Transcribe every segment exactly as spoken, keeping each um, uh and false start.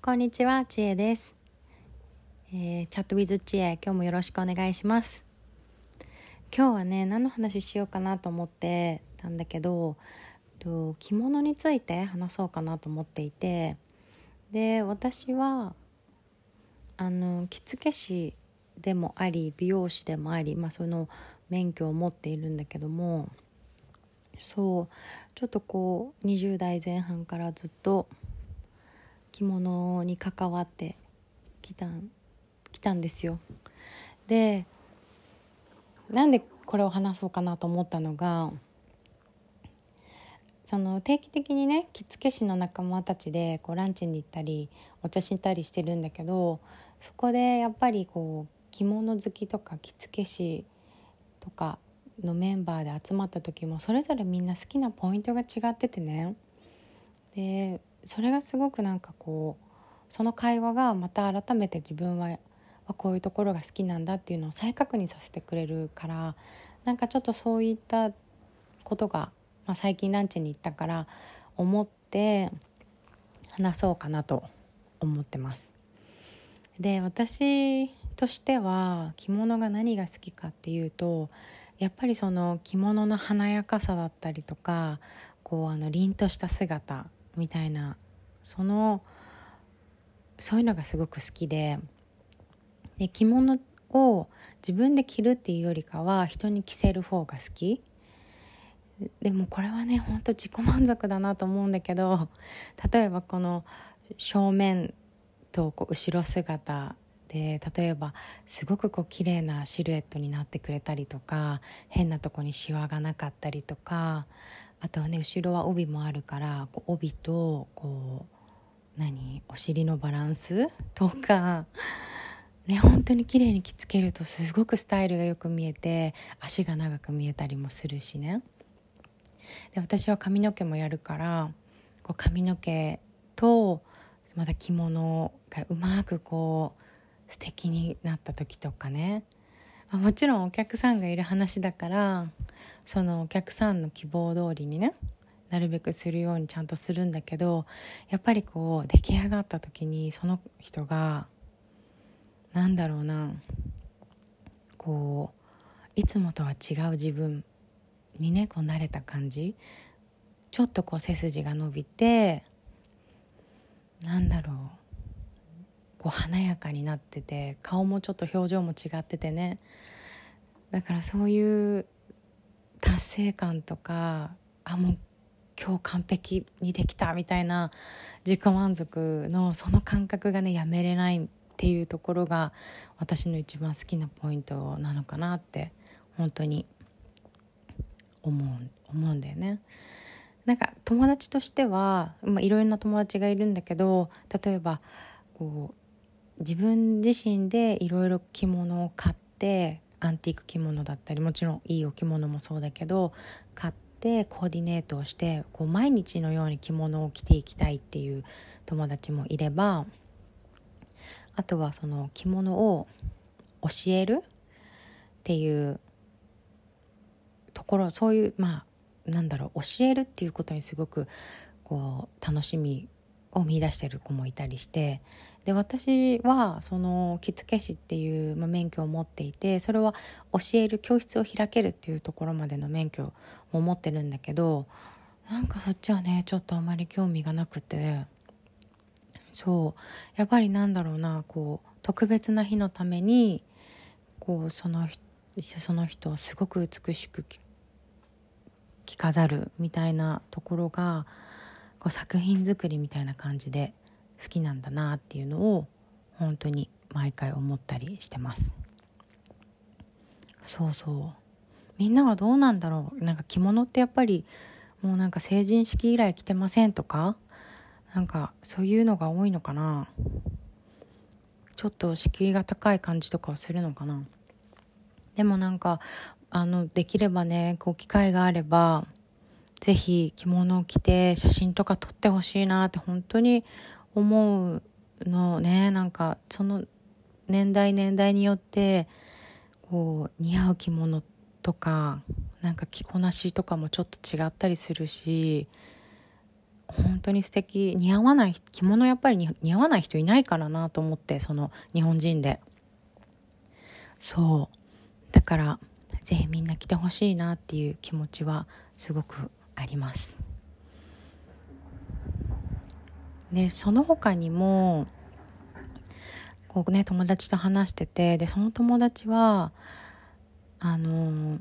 こんにちは、ちえです、えー、チャットウィズちえ、今日もよろしくお願いします。今日はね、何の話しようかなと思ってたんだけど、と着物について話そうかなと思っていて、で私はあの着付け師でもあり美容師でもあり、まあ、その免許を持っているんだけども、そうちょっとこうにじゅう代前半からずっと着物に関わってきたん来たんですよ。でなんでこれを話そうかなと思ったのが、その定期的にね着付け師の仲間たちでこうランチに行ったりお茶したりしてるんだけど、そこでやっぱりこう着物好きとか着付け師とかのメンバーで集まった時もそれぞれみんな好きなポイントが違っててね、でそれがすごくなんかこうその会話がまた改めて自分はこういうところが好きなんだっていうのを再確認させてくれるから、なんかちょっとそういったことが、まあ、最近ランチに行ったから思って話そうかなと思ってます。で私としては着物が何が好きかっていうと、やっぱりその着物の華やかさだったりとか、こうあの凛とした姿みたいな、そのそういうのがすごく好きで、で着物を自分で着るっていうよりかは人に着せる方が好き。でもこれはねほんと自己満足だなと思うんだけど、例えばこの正面とこう後ろ姿で例えばすごくこう綺麗なシルエットになってくれたりとか、変なとこにシワがなかったりとか、あとはね後ろは帯もあるからこう帯とこう何お尻のバランスとかね、本当に綺麗に着付けるとすごくスタイルがよく見えて足が長く見えたりもするしね。で私は髪の毛もやるから、こう髪の毛とまた着物がうまくこう素敵になった時とかね、まあ、もちろんお客さんがいる話だからそのお客さんの希望通りにねなるべくするようにちゃんとするんだけど、やっぱりこう出来上がった時にその人がなんだろうな、こういつもとは違う自分にねこう慣れた感じ、ちょっとこう背筋が伸びて、なんだろう、こう華やかになってて、顔もちょっと表情も違っててね、だからそういう達成感とか、あもう今日完璧にできたみたいな自己満足のその感覚がねやめれないっていうところが私の一番好きなポイントなのかなって本当に思う思うんだよね。なんか友達としては、まあ、いろいろな友達がいるんだけど、例えばこう自分自身でいろいろ着物を買って、アンティーク着物だったりもちろんいいお着物もそうだけど買ってコーディネートをしてこう毎日のように着物を着ていきたいっていう友達もいれば、あとはその着物を教えるっていうところ、そういうまあなんだろう、教えるっていうことにすごくこう楽しみを見出してる子もいたりして、で私はその着付け師っていう、まあ、免許を持っていて、それは教える教室を開けるっていうところまでの免許も持ってるんだけど、なんかそっちはねちょっとあまり興味がなくて、そうやっぱりなんだろうな、こう特別な日のためにこうそのその人をすごく美しく着飾るみたいなところがこう作品作りみたいな感じで好きなんだなっていうのを本当に毎回思ったりしてます。そうそう、みんなはどうなんだろう。なんか着物ってやっぱりもうなんか成人式以来着てませんとか、なんかそういうのが多いのかな。ちょっと敷居が高い感じとかはするのかな。でもなんかあのできればね、こう機会があればぜひ着物を着て写真とか撮ってほしいなって本当に思うのね。なんかその年代年代によってこう似合う着物とかなんか着こなしとかもちょっと違ったりするし、 本当に素敵。似合わない着物やっぱり似合わない人いないからなと思って、その日本人で。そうだからぜひみんな着てほしいなっていう気持ちはすごくあります。でその他にもこうね友達と話してて、でその友達はあの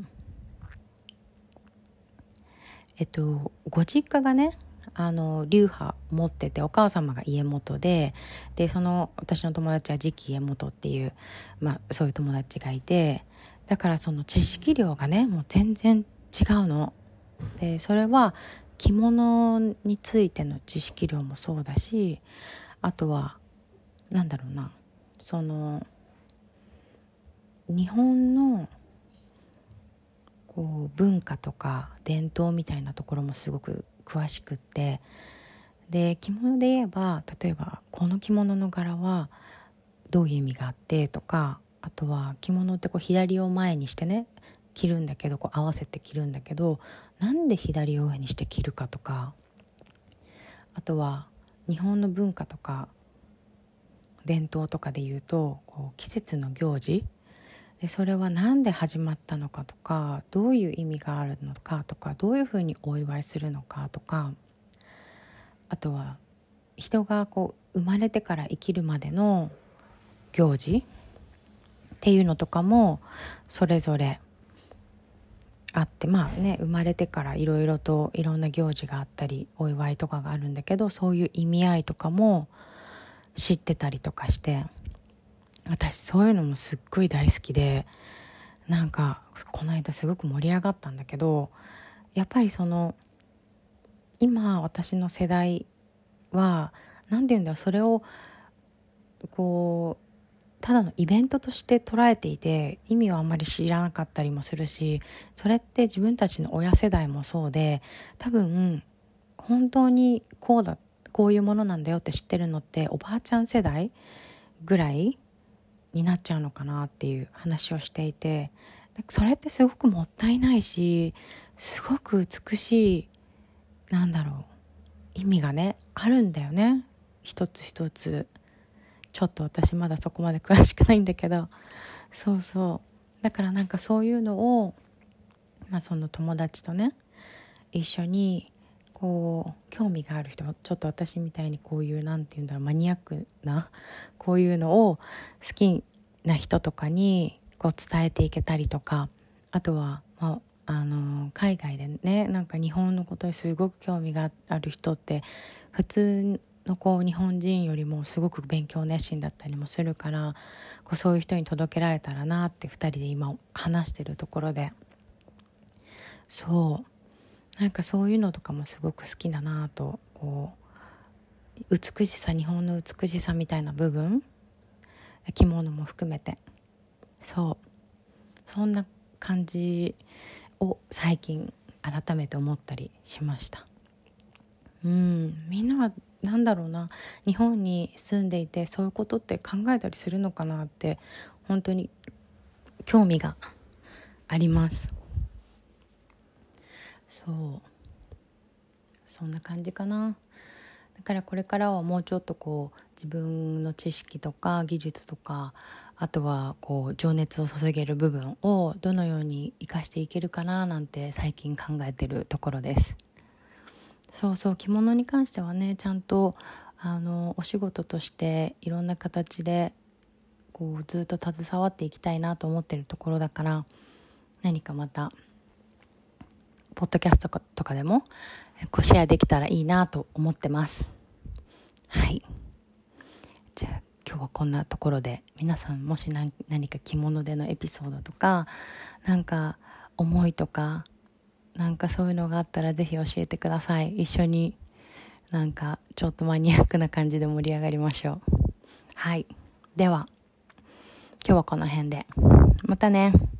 えっとご実家がねあの流派持ってて、お母様が家元で、でその私の友達は次期家元っていう、まあ、そういう友達がいて、だからその知識量がねもう全然違うので、それは着物についての知識量もそうだし、あとはなんだろうな、その日本のこう文化とか伝統みたいなところもすごく詳しくって、で着物で言えば例えばこの着物の柄はどういう意味があってとか、あとは着物ってこう左を前にしてね着るんだけど、こう合わせて着るんだけど、なんで左を上にして着るかとか、あとは日本の文化とか伝統とかで言うとこう季節の行事で、それは何で始まったのかとか、どういう意味があるのかとか、どういうふうにお祝いするのかとか、あとは人がこう生まれてから生きるまでの行事っていうのとかもそれぞれあって、まあね生まれてからいろいろといろんな行事があったりお祝いとかがあるんだけど、そういう意味合いとかも知ってたりとかして、私そういうのもすっごい大好きで、なんかこの間すごく盛り上がったんだけど、やっぱりその今私の世代は何て言うんだろう、それをこうただのイベントとして捉えていて、意味はあんまり知らなかったりもするし、それって自分たちの親世代もそうで、多分本当にこうだこういうものなんだよって知ってるのっておばあちゃん世代ぐらいになっちゃうのかなっていう話をしていて、それってすごくもったいないし、すごく美しいなんだろう意味がねあるんだよね、一つ一つ。ちょっと私まだそこまで詳しくないんだけど、そうそうだからなんかそういうのを、まあ、その友達とね一緒にこう興味がある人、ちょっと私みたいにこういうなんていうんだろうマニアックなこういうのを好きな人とかにこう伝えていけたりとか、あとは、まあ、あの海外でねなんか日本のことにすごく興味がある人って普通のこう日本人よりもすごく勉強熱心だったりもするから、こうそういう人に届けられたらなってふたりで今話してるところで、そうなんかそういうのとかもすごく好きだなと、こう美しさ、日本の美しさみたいな部分、着物も含めて、そうそんな感じを最近改めて思ったりしました。うんみんなはなんだろうな、日本に住んでいてそういうことって考えたりするのかなって本当に興味があります。そうそんな感じかな。だからこれからはもうちょっとこう自分の知識とか技術とか、あとはこう情熱を注げる部分をどのように生かしていけるかななんて最近考えてるところです。そうそう着物に関してはねちゃんとあのお仕事としていろんな形でこうずっと携わっていきたいなと思ってるところだから、何かまたポッドキャストとかでもこうシェアできたらいいなと思ってます。はい、じゃあ今日はこんなところで、皆さんもし何、何か着物でのエピソードとかなんか思いとかなんかそういうのがあったらぜひ教えてください。一緒になんかちょっとマニアックな感じで盛り上がりましょう。はい、では今日はこの辺で、またね。